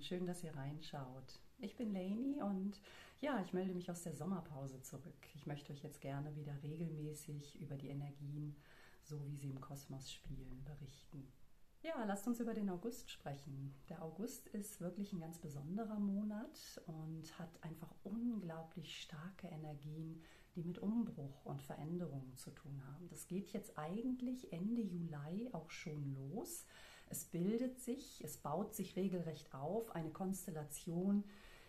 schön, dass ihr reinschaut. Ich bin Lainey und ja, ich melde mich aus der Sommerpause zurück. Ich möchte euch jetzt gerne wieder regelmäßig über die Energien, so wie sie im Kosmos spielen, berichten. Ja, lasst uns über den August sprechen. Der August ist wirklich ein ganz besonderer Monat und hat einfach unglaublich starke Energien, die mit Umbruch und Veränderungen zu tun haben. Das geht jetzt eigentlich Ende Juli auch schon los. Es bildet sich, es baut sich regelrecht auf, eine Konstellation,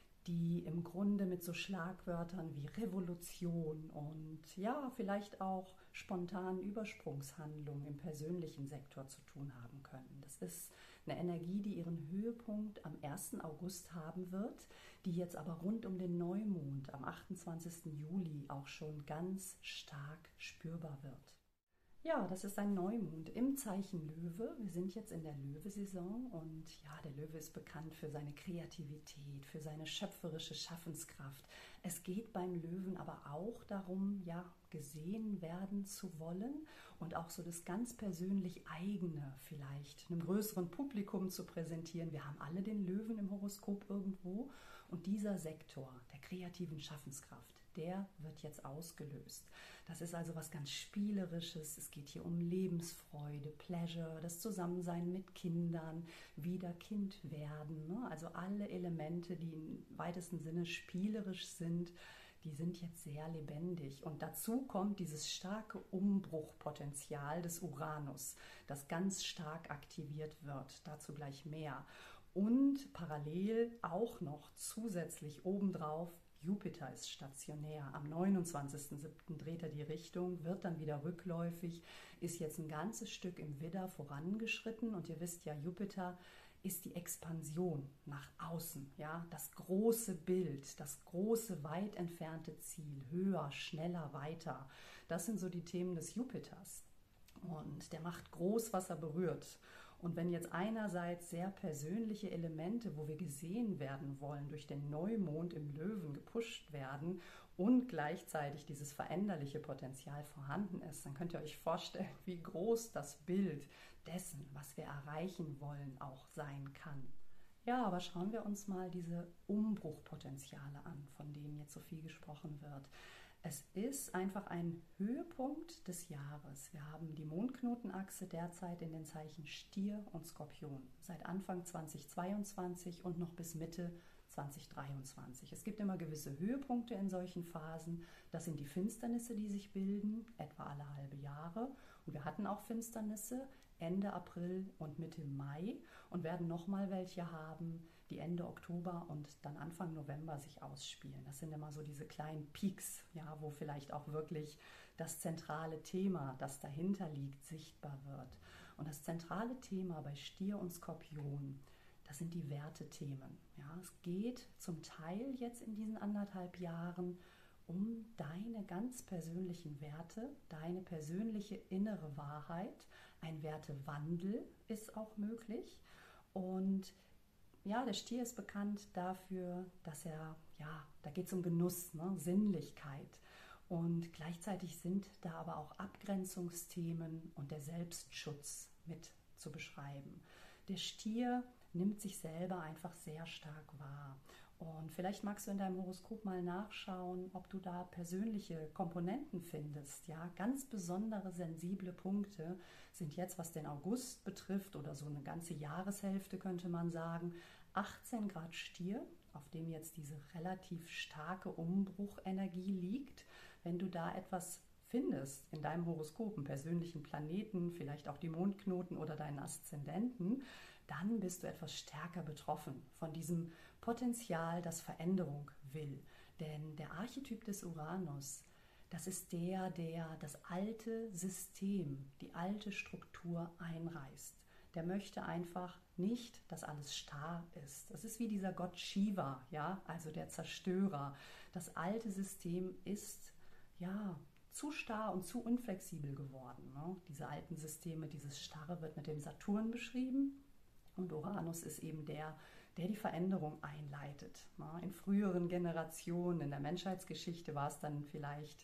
die im Grunde mit so Schlagwörtern wie Revolution und ja, vielleicht auch spontanen Übersprungshandlungen im persönlichen Sektor zu tun haben können. Das ist eine Energie, die ihren Höhepunkt am 1. August haben wird, die jetzt aber rund um den Neumond am 28. Juli auch schon ganz stark spürbar wird. Ja, das ist ein Neumond im Zeichen Löwe. Wir sind jetzt in der Löwesaison und ja, der Löwe ist bekannt für seine Kreativität, für seine schöpferische Schaffenskraft. Es geht beim Löwen aber auch darum, ja, gesehen werden zu wollen und auch so das ganz persönlich eigene vielleicht einem größeren Publikum zu präsentieren. Wir haben alle den Löwen im Horoskop irgendwo und dieser Sektor der kreativen Schaffenskraft, der wird jetzt ausgelöst. Das ist also was ganz Spielerisches. Es geht hier um Lebensfreude, Pleasure, das Zusammensein mit Kindern, wieder Kind werden. Ne? Also alle Elemente, die im weitesten Sinne spielerisch sind, die sind jetzt sehr lebendig. Und dazu kommt dieses starke Umbruchpotenzial des Uranus, das ganz stark aktiviert wird. Dazu gleich mehr. Und parallel auch noch zusätzlich obendrauf Jupiter ist stationär. Am 29.07. dreht er die Richtung, wird dann wieder rückläufig, ist jetzt ein ganzes Stück im Widder vorangeschritten. Und ihr wisst ja, Jupiter ist die Expansion nach außen, ja, das große Bild, das große, weit entfernte Ziel, höher, schneller, weiter. Das sind so die Themen des Jupiters. Und der macht groß, was er berührt. Und wenn jetzt einerseits sehr persönliche Elemente, wo wir gesehen werden wollen, durch den Neumond im Löwen gepusht werden und gleichzeitig dieses veränderliche Potenzial vorhanden ist, dann könnt ihr euch vorstellen, wie groß das Bild dessen, was wir erreichen wollen, auch sein kann. Ja, aber schauen wir uns mal diese Umbruchpotenziale an, von denen jetzt so viel gesprochen wird. Es ist einfach ein Höhepunkt des Jahres. Wir haben die Mondknotenachse derzeit in den Zeichen Stier und Skorpion. Seit Anfang 2022 und noch bis Mitte 2023. Es gibt immer gewisse Höhepunkte in solchen Phasen. Das sind die Finsternisse, die sich bilden, etwa alle halbe Jahre. Und wir hatten auch Finsternisse Ende April und Mitte Mai und werden nochmal welche haben, die Ende Oktober und dann Anfang November sich ausspielen. Das sind immer so diese kleinen Peaks, ja, wo vielleicht auch wirklich das zentrale Thema, das dahinter liegt, sichtbar wird. Und das zentrale Thema bei Stier und Skorpion, das sind die Wertethemen. Ja, es geht zum Teil jetzt in diesen 1,5 Jahren um deine ganz persönlichen Werte, deine persönliche innere Wahrheit. Ein Wertewandel ist auch möglich. Und ja, der Stier ist bekannt dafür, dass er, ja, da geht es um Genuss, ne, Sinnlichkeit. Und gleichzeitig sind da aber auch Abgrenzungsthemen und der Selbstschutz mit zu beschreiben. Der Stier nimmt sich selber einfach sehr stark wahr. Und vielleicht magst du in deinem Horoskop mal nachschauen, ob du da persönliche Komponenten findest. Ja, ganz besondere sensible Punkte sind jetzt, was den August betrifft, oder so eine ganze Jahreshälfte könnte man sagen, 18 Grad Stier, auf dem jetzt diese relativ starke Umbruchenergie liegt. Wenn du da etwas findest in deinem Horoskop, einen persönlichen Planeten, vielleicht auch die Mondknoten oder deinen Aszendenten, dann bist du etwas stärker betroffen von diesem Potenzial, das Veränderung will. Denn der Archetyp des Uranus, das ist der das alte System, die alte Struktur einreißt. Der möchte einfach nicht, dass alles starr ist. Das ist wie dieser Gott Shiva, ja, also der Zerstörer. Das alte System ist, ja, zu starr und zu unflexibel geworden. Ne? Diese alten Systeme, dieses Starre wird mit dem Saturn beschrieben. Und Uranus ist eben der die Veränderung einleitet. In früheren Generationen, in der Menschheitsgeschichte war es dann vielleicht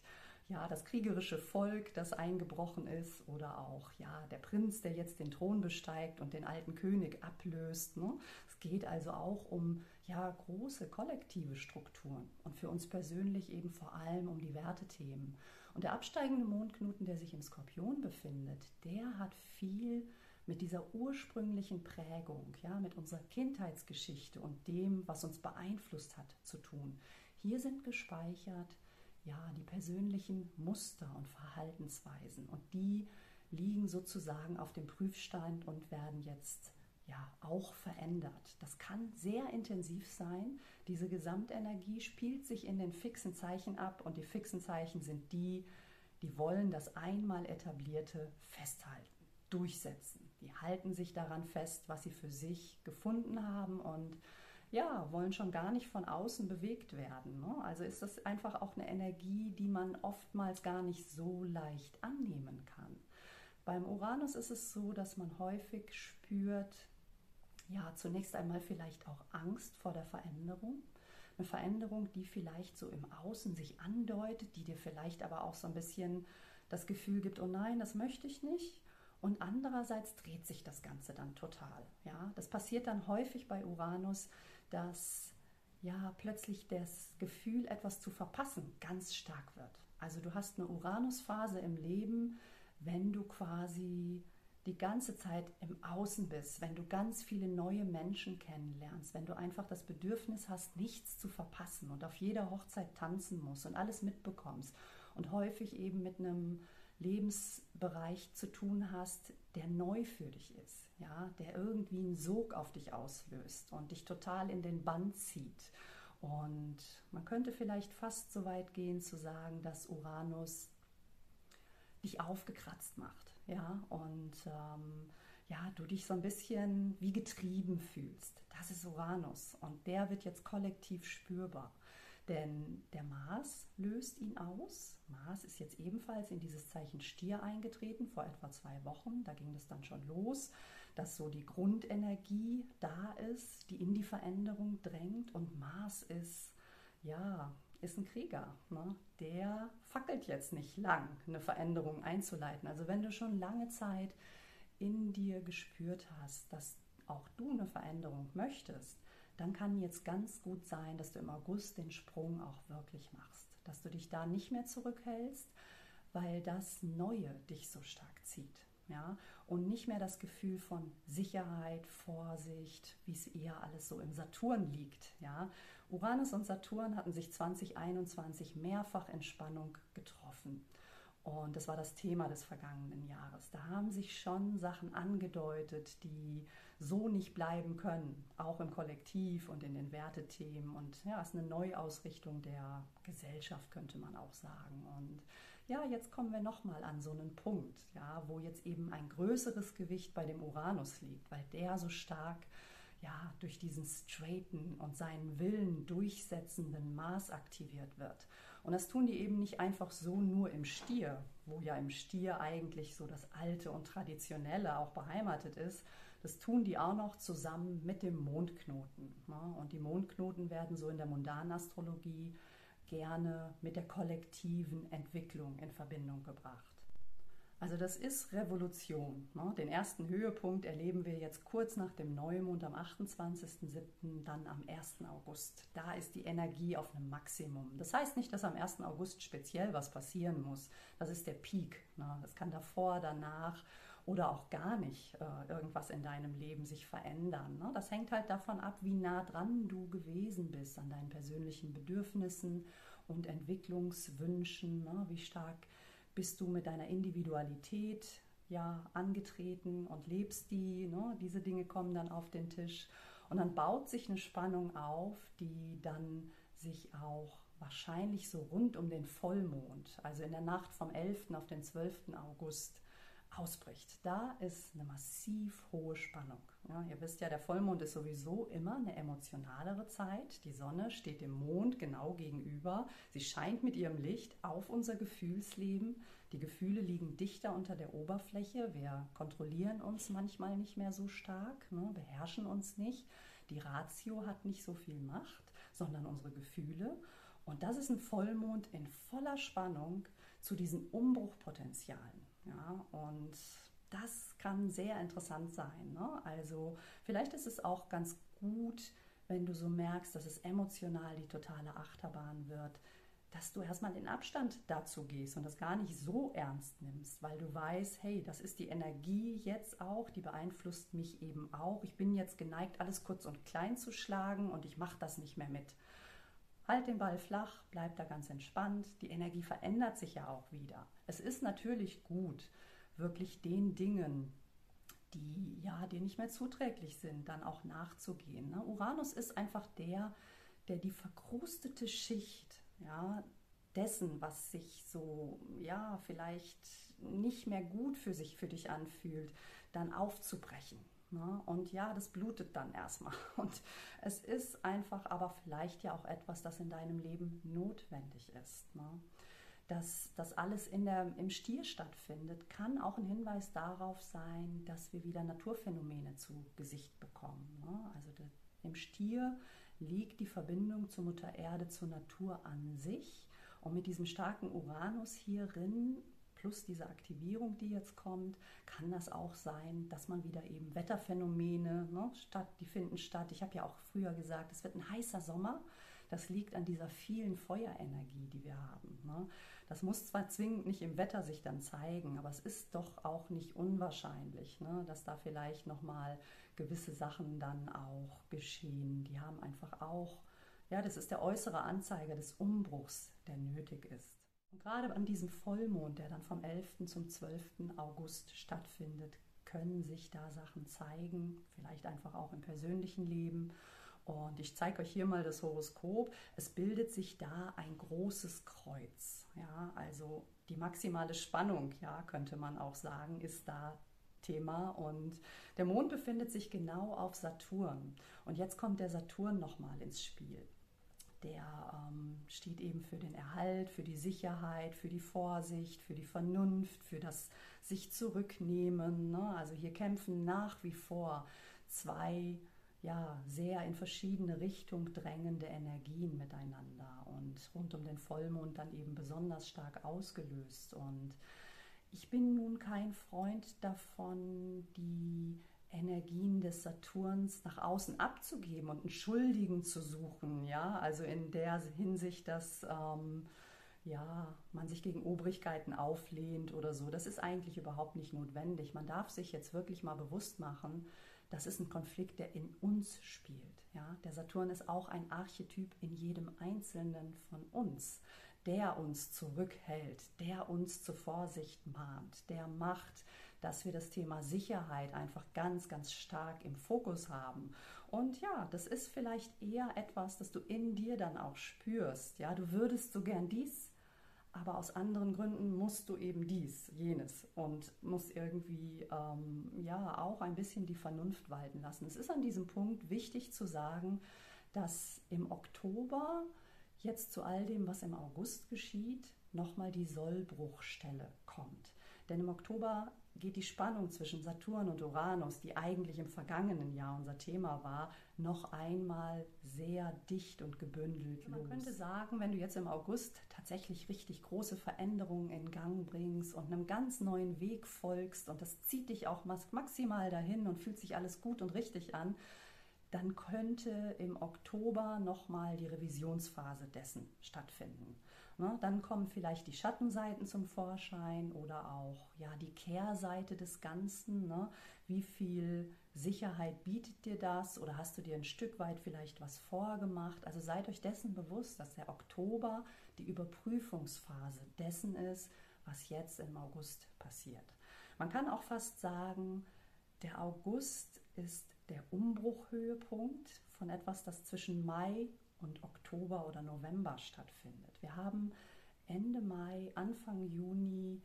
ja, das kriegerische Volk, das eingebrochen ist, oder auch ja, der Prinz, der jetzt den Thron besteigt und den alten König ablöst. Ne? Es geht also auch um ja, große kollektive Strukturen und für uns persönlich eben vor allem um die Wertethemen. Und der absteigende Mondknoten, der sich im Skorpion befindet, der hat viel mit dieser ursprünglichen Prägung, ja, mit unserer Kindheitsgeschichte und dem, was uns beeinflusst hat, zu tun. Hier sind gespeichert ja, die persönlichen Muster und Verhaltensweisen und die liegen sozusagen auf dem Prüfstand und werden jetzt ja auch verändert. Das kann sehr intensiv sein. Diese Gesamtenergie spielt sich in den fixen Zeichen ab und die fixen Zeichen sind die, die wollen das einmal Etablierte festhalten, durchsetzen. Die halten sich daran fest, was sie für sich gefunden haben und ja, wollen schon gar nicht von außen bewegt werden. Ne? Also ist das einfach auch eine Energie, die man oftmals gar nicht so leicht annehmen kann. Beim Uranus ist es so, dass man häufig spürt, ja, zunächst einmal vielleicht auch Angst vor der Veränderung. Eine Veränderung, die vielleicht so im Außen sich andeutet, die dir vielleicht aber auch so ein bisschen das Gefühl gibt, oh nein, das möchte ich nicht. Und andererseits dreht sich das Ganze dann total. Ja? Das passiert dann häufig bei Uranus, dass ja plötzlich das Gefühl, etwas zu verpassen, ganz stark wird. Also du hast eine Uranusphase im Leben, wenn du quasi die ganze Zeit im Außen bist, wenn du ganz viele neue Menschen kennenlernst, wenn du einfach das Bedürfnis hast, nichts zu verpassen und auf jeder Hochzeit tanzen musst und alles mitbekommst und häufig eben mit einem Lebensbereich zu tun hast, der neu für dich ist, ja, der irgendwie einen Sog auf dich auslöst und dich total in den Bann zieht. Und man könnte vielleicht fast so weit gehen zu sagen, dass Uranus dich aufgekratzt macht, ja, und ja, du dich so ein bisschen wie getrieben fühlst. Das ist Uranus und der wird jetzt kollektiv spürbar. Denn der Mars löst ihn aus. Mars ist jetzt ebenfalls in dieses Zeichen Stier eingetreten, vor etwa 2 Wochen. Da ging es dann schon los, dass so die Grundenergie da ist, die in die Veränderung drängt. Und Mars ist, ja, ist ein Krieger. Ne? Der fackelt jetzt nicht lang, eine Veränderung einzuleiten. Also wenn du schon lange Zeit in dir gespürt hast, dass auch du eine Veränderung möchtest, dann kann jetzt ganz gut sein, dass du im August den Sprung auch wirklich machst. Dass du dich da nicht mehr zurückhältst, weil das Neue dich so stark zieht. Ja? Und nicht mehr das Gefühl von Sicherheit, Vorsicht, wie es eher alles so im Saturn liegt. Ja? Uranus und Saturn hatten sich 2021 mehrfach in Spannung getroffen. Und das war das Thema des vergangenen Jahres. Da haben sich schon Sachen angedeutet, die so nicht bleiben können, auch im Kollektiv und in den Wertethemen. Und ja, es ist eine Neuausrichtung der Gesellschaft, könnte man auch sagen. Und ja, jetzt kommen wir nochmal an so einen Punkt, ja, wo jetzt eben ein größeres Gewicht bei dem Uranus liegt, weil der so stark ja, durch diesen straighten und seinen Willen durchsetzenden Mars aktiviert wird. Und das tun die eben nicht einfach so nur im Stier, wo ja im Stier eigentlich so das Alte und Traditionelle auch beheimatet ist. Das tun die auch noch zusammen mit dem Mondknoten. Ne? Und die Mondknoten werden so in der mundanen Astrologie gerne mit der kollektiven Entwicklung in Verbindung gebracht. Also das ist Revolution. Ne? Den ersten Höhepunkt erleben wir jetzt kurz nach dem Neumond am 28.07., dann am 1. August. Da ist die Energie auf einem Maximum. Das heißt nicht, dass am 1. August speziell was passieren muss. Das ist der Peak. Ne? Das kann davor, danach oder auch gar nicht irgendwas in deinem Leben sich verändern. Ne? Das hängt halt davon ab, wie nah dran du gewesen bist an deinen persönlichen Bedürfnissen und Entwicklungswünschen, ne? Wie stark bist du mit deiner Individualität ja angetreten und lebst die. Ne? Diese Dinge kommen dann auf den Tisch. Und dann baut sich eine Spannung auf, die dann sich auch wahrscheinlich so rund um den Vollmond, also in der Nacht vom 11. auf den 12. August, ausbricht. Da ist eine massiv hohe Spannung. Ja, ihr wisst ja, der Vollmond ist sowieso immer eine emotionalere Zeit. Die Sonne steht dem Mond genau gegenüber. Sie scheint mit ihrem Licht auf unser Gefühlsleben. Die Gefühle liegen dichter unter der Oberfläche. Wir kontrollieren uns manchmal nicht mehr so stark, ne, beherrschen uns nicht. Die Ratio hat nicht so viel Macht, sondern unsere Gefühle. Und das ist ein Vollmond in voller Spannung zu diesen Umbruchpotenzialen. Ja? Und das kann sehr interessant sein. Ne? Also vielleicht ist es auch ganz gut, wenn du so merkst, dass es emotional die totale Achterbahn wird, dass du erstmal in Abstand dazu gehst und das gar nicht so ernst nimmst, weil du weißt, hey, das ist die Energie jetzt auch, die beeinflusst mich eben auch. Ich bin jetzt geneigt, alles kurz und klein zu schlagen und ich mache das nicht mehr mit. Halt den Ball flach, bleib da ganz entspannt. Die Energie verändert sich ja auch wieder. Es ist natürlich gut, wirklich den Dingen, die ja dir nicht mehr zuträglich sind, dann auch nachzugehen. Ne? Uranus ist einfach der die verkrustete Schicht, ja, dessen, was sich so, ja, vielleicht nicht mehr gut für dich anfühlt, dann aufzubrechen. Ne? Und ja, das blutet dann erstmal. Und es ist einfach aber vielleicht ja auch etwas, das in deinem Leben notwendig ist. Ne? Dass das alles im Stier stattfindet, kann auch ein Hinweis darauf sein, dass wir wieder Naturphänomene zu Gesicht bekommen. Ne? Also im Stier liegt die Verbindung zur Mutter Erde, zur Natur an sich. Und mit diesem starken Uranus hierin, plus diese Aktivierung, die jetzt kommt, kann das auch sein, dass man wieder eben Wetterphänomene, ne, die finden statt. Ich habe ja auch früher gesagt, es wird ein heißer Sommer. Das liegt an dieser vielen Feuerenergie, die wir haben. Ne? Das muss zwar zwingend nicht im Wetter sich dann zeigen, aber es ist doch auch nicht unwahrscheinlich, ne, dass da vielleicht nochmal gewisse Sachen dann auch geschehen. Die haben einfach auch, ja, das ist der äußere Anzeiger des Umbruchs, der nötig ist. Und gerade an diesem Vollmond, der dann vom 11. zum 12. August stattfindet, können sich da Sachen zeigen, vielleicht einfach auch im persönlichen Leben. Und ich zeige euch hier mal das Horoskop. Es bildet sich da ein großes Kreuz. Ja, also die maximale Spannung, ja, könnte man auch sagen, ist da Thema. Und der Mond befindet sich genau auf Saturn. Und jetzt kommt der Saturn nochmal ins Spiel. Der steht eben für den Erhalt, für die Sicherheit, für die Vorsicht, für die Vernunft, für das sich zurücknehmen. Ne? Also hier kämpfen nach wie vor zwei sehr in verschiedene Richtungen drängende Energien miteinander und rund um den Vollmond dann eben besonders stark ausgelöst. Und ich bin nun kein Freund davon, die Energien des Saturns nach außen abzugeben und einen Schuldigen zu suchen, ja, also in der Hinsicht, dass man sich gegen Obrigkeiten auflehnt oder so. Das ist eigentlich überhaupt nicht notwendig. Man darf sich jetzt wirklich mal bewusst machen, das ist ein Konflikt, der in uns spielt. Ja? Der Saturn ist auch ein Archetyp in jedem Einzelnen von uns, der uns zurückhält, der uns zur Vorsicht mahnt, der macht, dass wir das Thema Sicherheit einfach ganz, ganz stark im Fokus haben. Und ja, das ist vielleicht eher etwas, das du in dir dann auch spürst. Ja, du würdest so gern dies, aber aus anderen Gründen musst du eben dies, jenes und musst irgendwie auch ein bisschen die Vernunft walten lassen. Es ist an diesem Punkt wichtig zu sagen, dass im Oktober jetzt zu all dem, was im August geschieht, nochmal die Sollbruchstelle kommt. Denn im Oktober geht die Spannung zwischen Saturn und Uranus, die eigentlich im vergangenen Jahr unser Thema war, noch einmal sehr dicht und gebündelt los. Man könnte sagen, wenn du jetzt im August tatsächlich richtig große Veränderungen in Gang bringst und einem ganz neuen Weg folgst und das zieht dich auch maximal dahin und fühlt sich alles gut und richtig an, dann könnte im Oktober nochmal die Revisionsphase dessen stattfinden. Ne, dann kommen vielleicht die Schattenseiten zum Vorschein oder auch die Kehrseite des Ganzen. Ne? Wie viel Sicherheit bietet dir das oder hast du dir ein Stück weit vielleicht was vorgemacht? Also seid euch dessen bewusst, dass der Oktober die Überprüfungsphase dessen ist, was jetzt im August passiert. Man kann auch fast sagen, der August ist der Umbruchhöhepunkt von etwas, das zwischen Mai und Oktober oder November stattfindet. Wir haben Ende Mai, Anfang Juni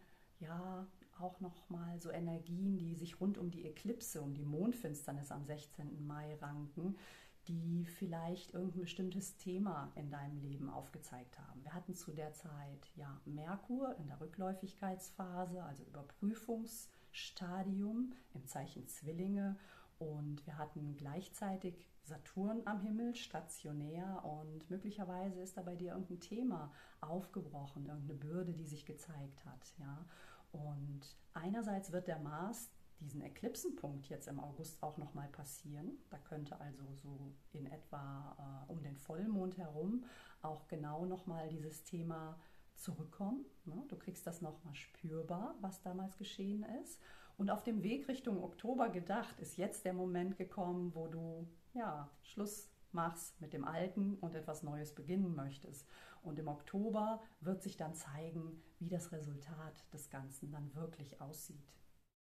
auch nochmal so Energien, die sich rund um die Eklipse, um die Mondfinsternis am 16. Mai ranken, die vielleicht irgendein bestimmtes Thema in deinem Leben aufgezeigt haben. Wir hatten zu der Zeit Merkur in der Rückläufigkeitsphase, also Überprüfungsstadium im Zeichen Zwillinge Und wir hatten gleichzeitig Saturn am Himmel, stationär, und möglicherweise ist da bei dir irgendein Thema aufgebrochen, irgendeine Bürde, die sich gezeigt hat. Ja? Und einerseits wird der Mars diesen Eklipsenpunkt jetzt im August auch nochmal passieren. Da könnte also so in etwa um den Vollmond herum auch genau nochmal dieses Thema zurückkommen. Ne? Du kriegst das nochmal spürbar, was damals geschehen ist. Und auf dem Weg Richtung Oktober gedacht, ist jetzt der Moment gekommen, wo du ja Schluss machst mit dem Alten und etwas Neues beginnen möchtest. Und im Oktober wird sich dann zeigen, wie das Resultat des Ganzen dann wirklich aussieht.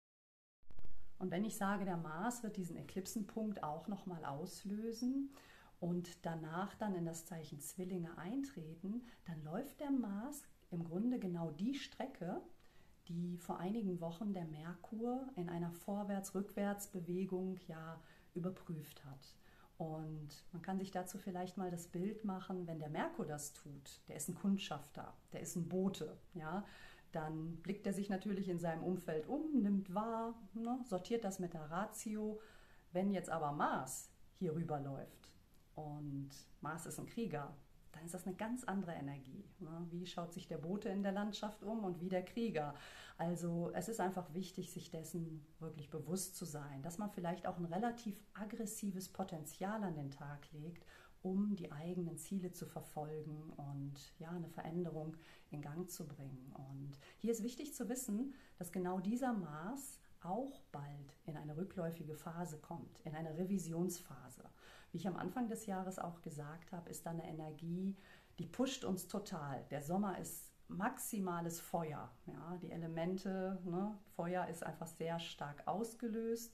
Und wenn ich sage, der Mars wird diesen Eklipsenpunkt auch nochmal auslösen und danach dann in das Zeichen Zwillinge eintreten, dann läuft der Mars im Grunde genau die Strecke, die vor einigen Wochen der Merkur in einer Vorwärts-Rückwärts-Bewegung ja überprüft hat. Und man kann sich dazu vielleicht mal das Bild machen, wenn der Merkur das tut, der ist ein Kundschafter, der ist ein Bote, ja, dann blickt er sich natürlich in seinem Umfeld um, nimmt wahr, ne, sortiert das mit der Ratio. Wenn jetzt aber Mars hier rüberläuft und Mars ist ein Krieger, dann ist das eine ganz andere Energie. Ne? Wie schaut sich der Bote in der Landschaft um und wie der Krieger? Also es ist einfach wichtig, sich dessen wirklich bewusst zu sein, dass man vielleicht auch ein relativ aggressives Potenzial an den Tag legt, um die eigenen Ziele zu verfolgen und ja, eine Veränderung in Gang zu bringen. Und hier ist wichtig zu wissen, dass genau dieser Mars auch bald in eine rückläufige Phase kommt, in eine Revisionsphase. Wie ich am Anfang des Jahres auch gesagt habe, ist da eine Energie, die pusht uns total. Der Sommer ist maximales Feuer. Ja, die Elemente, ne, Feuer ist einfach sehr stark ausgelöst.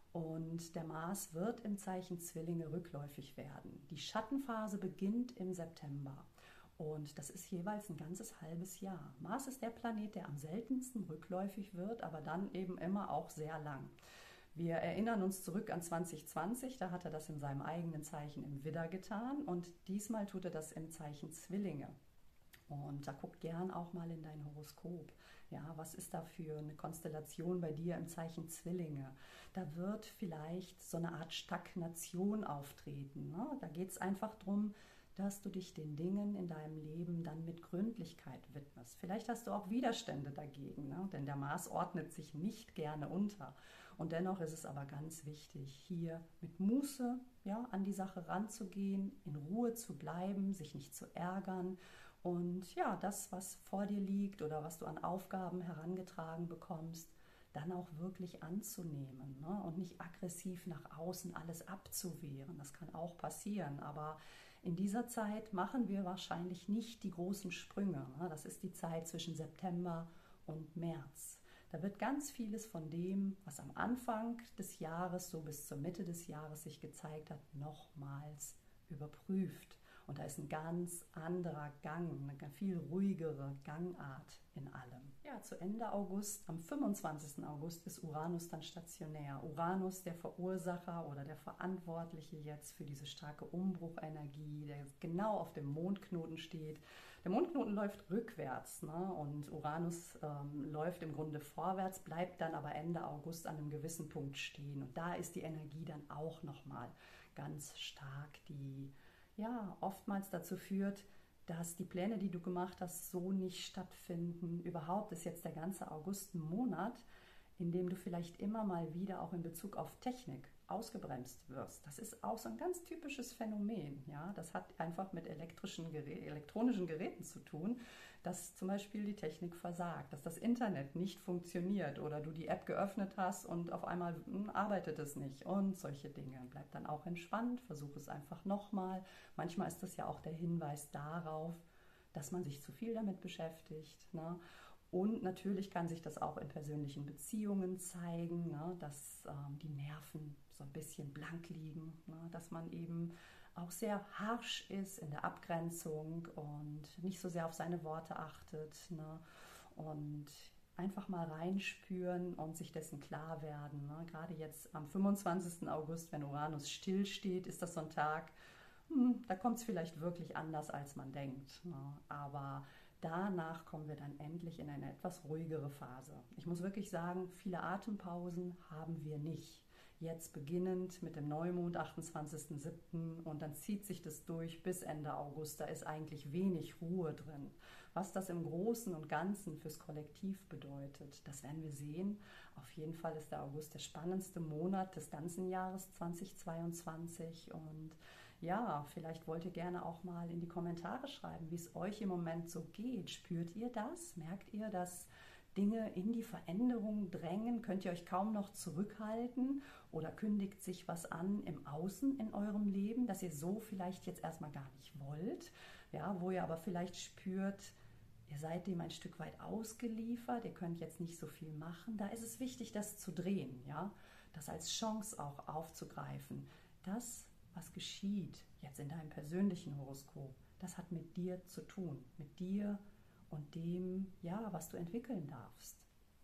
Und der Mars wird im Zeichen Zwillinge rückläufig werden. Die Schattenphase beginnt im September. Und das ist jeweils ein ganzes halbes Jahr. Mars ist der Planet, der am seltensten rückläufig wird, aber dann eben immer auch sehr lang. Wir erinnern uns zurück an 2020, da hat er das in seinem eigenen Zeichen im Widder getan und diesmal tut er das im Zeichen Zwillinge. Und da guck gern auch mal in dein Horoskop. Ja, was ist da für eine Konstellation bei dir im Zeichen Zwillinge? Da wird vielleicht so eine Art Stagnation auftreten. Ne? Da geht es einfach darum, dass du dich den Dingen in deinem Leben dann mit Gründlichkeit widmest. Vielleicht hast du auch Widerstände dagegen, ne? Denn der Mars ordnet sich nicht gerne unter. Und dennoch ist es aber ganz wichtig, hier mit Muße ja, an die Sache ranzugehen, in Ruhe zu bleiben, sich nicht zu ärgern und ja, das, was vor dir liegt oder was du an Aufgaben herangetragen bekommst, dann auch wirklich anzunehmen, ne? Und nicht aggressiv nach außen alles abzuwehren. Das kann auch passieren, aber in dieser Zeit machen wir wahrscheinlich nicht die großen Sprünge. Ne? Das ist die Zeit zwischen September und März. Da wird ganz vieles von dem, was am Anfang des Jahres, so bis zur Mitte des Jahres sich gezeigt hat, nochmals überprüft. Und da ist ein ganz anderer Gang, eine viel ruhigere Gangart in allem. Ja, zu Ende August, am 25. August ist Uranus dann stationär. Uranus, der Verursacher oder der Verantwortliche jetzt für diese starke Umbruchenergie, der genau auf dem Mondknoten steht. Der Mondknoten läuft rückwärts, ne? Und Uranus läuft im Grunde vorwärts, bleibt dann aber Ende August an einem gewissen Punkt stehen. Und da ist die Energie dann auch nochmal ganz stark, die ja oftmals dazu führt, dass die Pläne, die du gemacht hast, so nicht stattfinden. Überhaupt ist jetzt der ganze August ein Monat, in dem du vielleicht immer mal wieder auch in Bezug auf Technik ausgebremst wirst. Das ist auch so ein ganz typisches Phänomen. Ja? Das hat einfach mit elektronischen Geräten zu tun, dass zum Beispiel die Technik versagt, dass das Internet nicht funktioniert oder du die App geöffnet hast und auf einmal arbeitet es nicht und solche Dinge. Bleib dann auch entspannt, versuch es einfach nochmal. Manchmal ist das ja auch der Hinweis darauf, dass man sich zu viel damit beschäftigt. Ne? Und natürlich kann sich das auch in persönlichen Beziehungen zeigen, ne, dass die Nerven so ein bisschen blank liegen, ne, dass man eben auch sehr harsch ist in der Abgrenzung und nicht so sehr auf seine Worte achtet, ne, und einfach mal reinspüren und sich dessen klar werden. Ne. Gerade jetzt am 25. August, wenn Uranus still steht, ist das so ein Tag, da kommt es vielleicht wirklich anders, als man denkt. Ne. Aber danach kommen wir dann endlich in eine etwas ruhigere Phase. Ich muss wirklich sagen, viele Atempausen haben wir nicht. Jetzt beginnend mit dem Neumond 28.07. und dann zieht sich das durch bis Ende August. Da ist eigentlich wenig Ruhe drin. Was das im Großen und Ganzen fürs Kollektiv bedeutet, das werden wir sehen. Auf jeden Fall ist der August der spannendste Monat des ganzen Jahres 2022 und ja, vielleicht wollt ihr gerne auch mal in die Kommentare schreiben, wie es euch im Moment so geht. Spürt ihr das? Merkt ihr, dass Dinge in die Veränderung drängen? Könnt ihr euch kaum noch zurückhalten? Oder kündigt sich was an im Außen in eurem Leben, das ihr so vielleicht jetzt erstmal gar nicht wollt? Ja, wo ihr aber vielleicht spürt, ihr seid dem ein Stück weit ausgeliefert, ihr könnt jetzt nicht so viel machen. Da ist es wichtig, das zu drehen, ja? Das als Chance auch aufzugreifen. Das, was geschieht jetzt in deinem persönlichen Horoskop, das hat mit dir zu tun, mit dir und dem, ja, was du entwickeln darfst.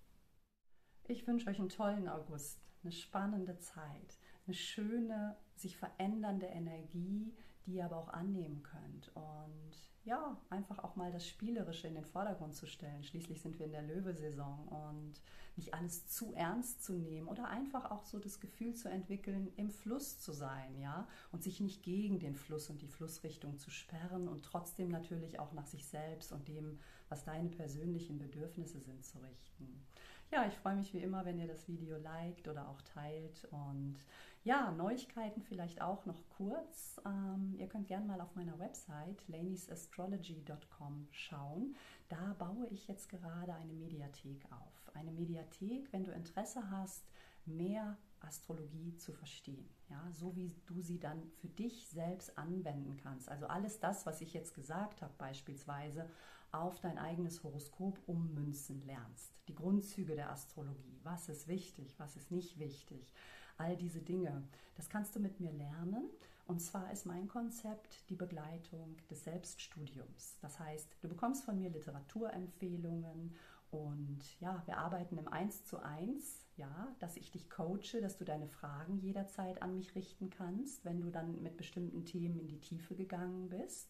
Ich wünsche euch einen tollen August, eine spannende Zeit, eine schöne, sich verändernde Energie, die ihr aber auch annehmen könnt. Und ja, einfach auch mal das Spielerische in den Vordergrund zu stellen. Schließlich sind wir in der Löwesaison und nicht alles zu ernst zu nehmen oder einfach auch so das Gefühl zu entwickeln, im Fluss zu sein, ja, und sich nicht gegen den Fluss und die Flussrichtung zu sperren und trotzdem natürlich auch nach sich selbst und dem, was deine persönlichen Bedürfnisse sind, zu richten. Ja, ich freue mich wie immer, wenn ihr das Video liked oder auch teilt und ja, Neuigkeiten vielleicht auch noch kurz. Ihr könnt gerne mal auf meiner Website laniesastrology.com schauen. Da baue ich jetzt gerade eine Mediathek auf. Eine Mediathek, wenn du Interesse hast, mehr Astrologie zu verstehen, ja, so wie du sie dann für dich selbst anwenden kannst. Also alles das, was ich jetzt gesagt habe, beispielsweise auf dein eigenes Horoskop ummünzen lernst. Die Grundzüge der Astrologie, was ist wichtig, was ist nicht wichtig, all diese Dinge, das kannst du mit mir lernen. Und zwar ist mein Konzept die Begleitung des Selbststudiums. Das heißt, du bekommst von mir Literaturempfehlungen und ja, wir arbeiten im 1:1, ja, dass ich dich coache, dass du deine Fragen jederzeit an mich richten kannst, wenn du dann mit bestimmten Themen in die Tiefe gegangen bist.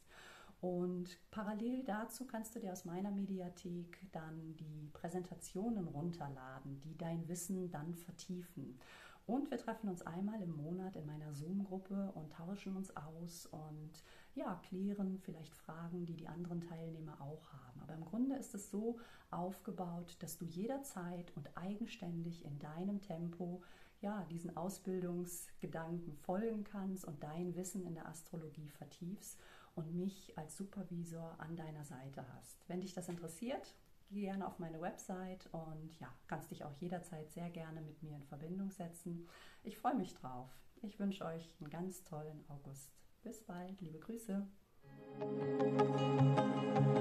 Und parallel dazu kannst du dir aus meiner Mediathek dann die Präsentationen runterladen, die dein Wissen dann vertiefen. Und wir treffen uns einmal im Monat in meiner Zoom-Gruppe und tauschen uns aus und ja, klären vielleicht Fragen, die die anderen Teilnehmer auch haben. Aber im Grunde ist es so aufgebaut, dass du jederzeit und eigenständig in deinem Tempo ja, diesen Ausbildungsgedanken folgen kannst und dein Wissen in der Astrologie vertiefst und mich als Supervisor an deiner Seite hast. Wenn dich das interessiert, geh gerne auf meine Website und ja, kannst dich auch jederzeit sehr gerne mit mir in Verbindung setzen. Ich freue mich drauf. Ich wünsche euch einen ganz tollen August. Bis bald, liebe Grüße.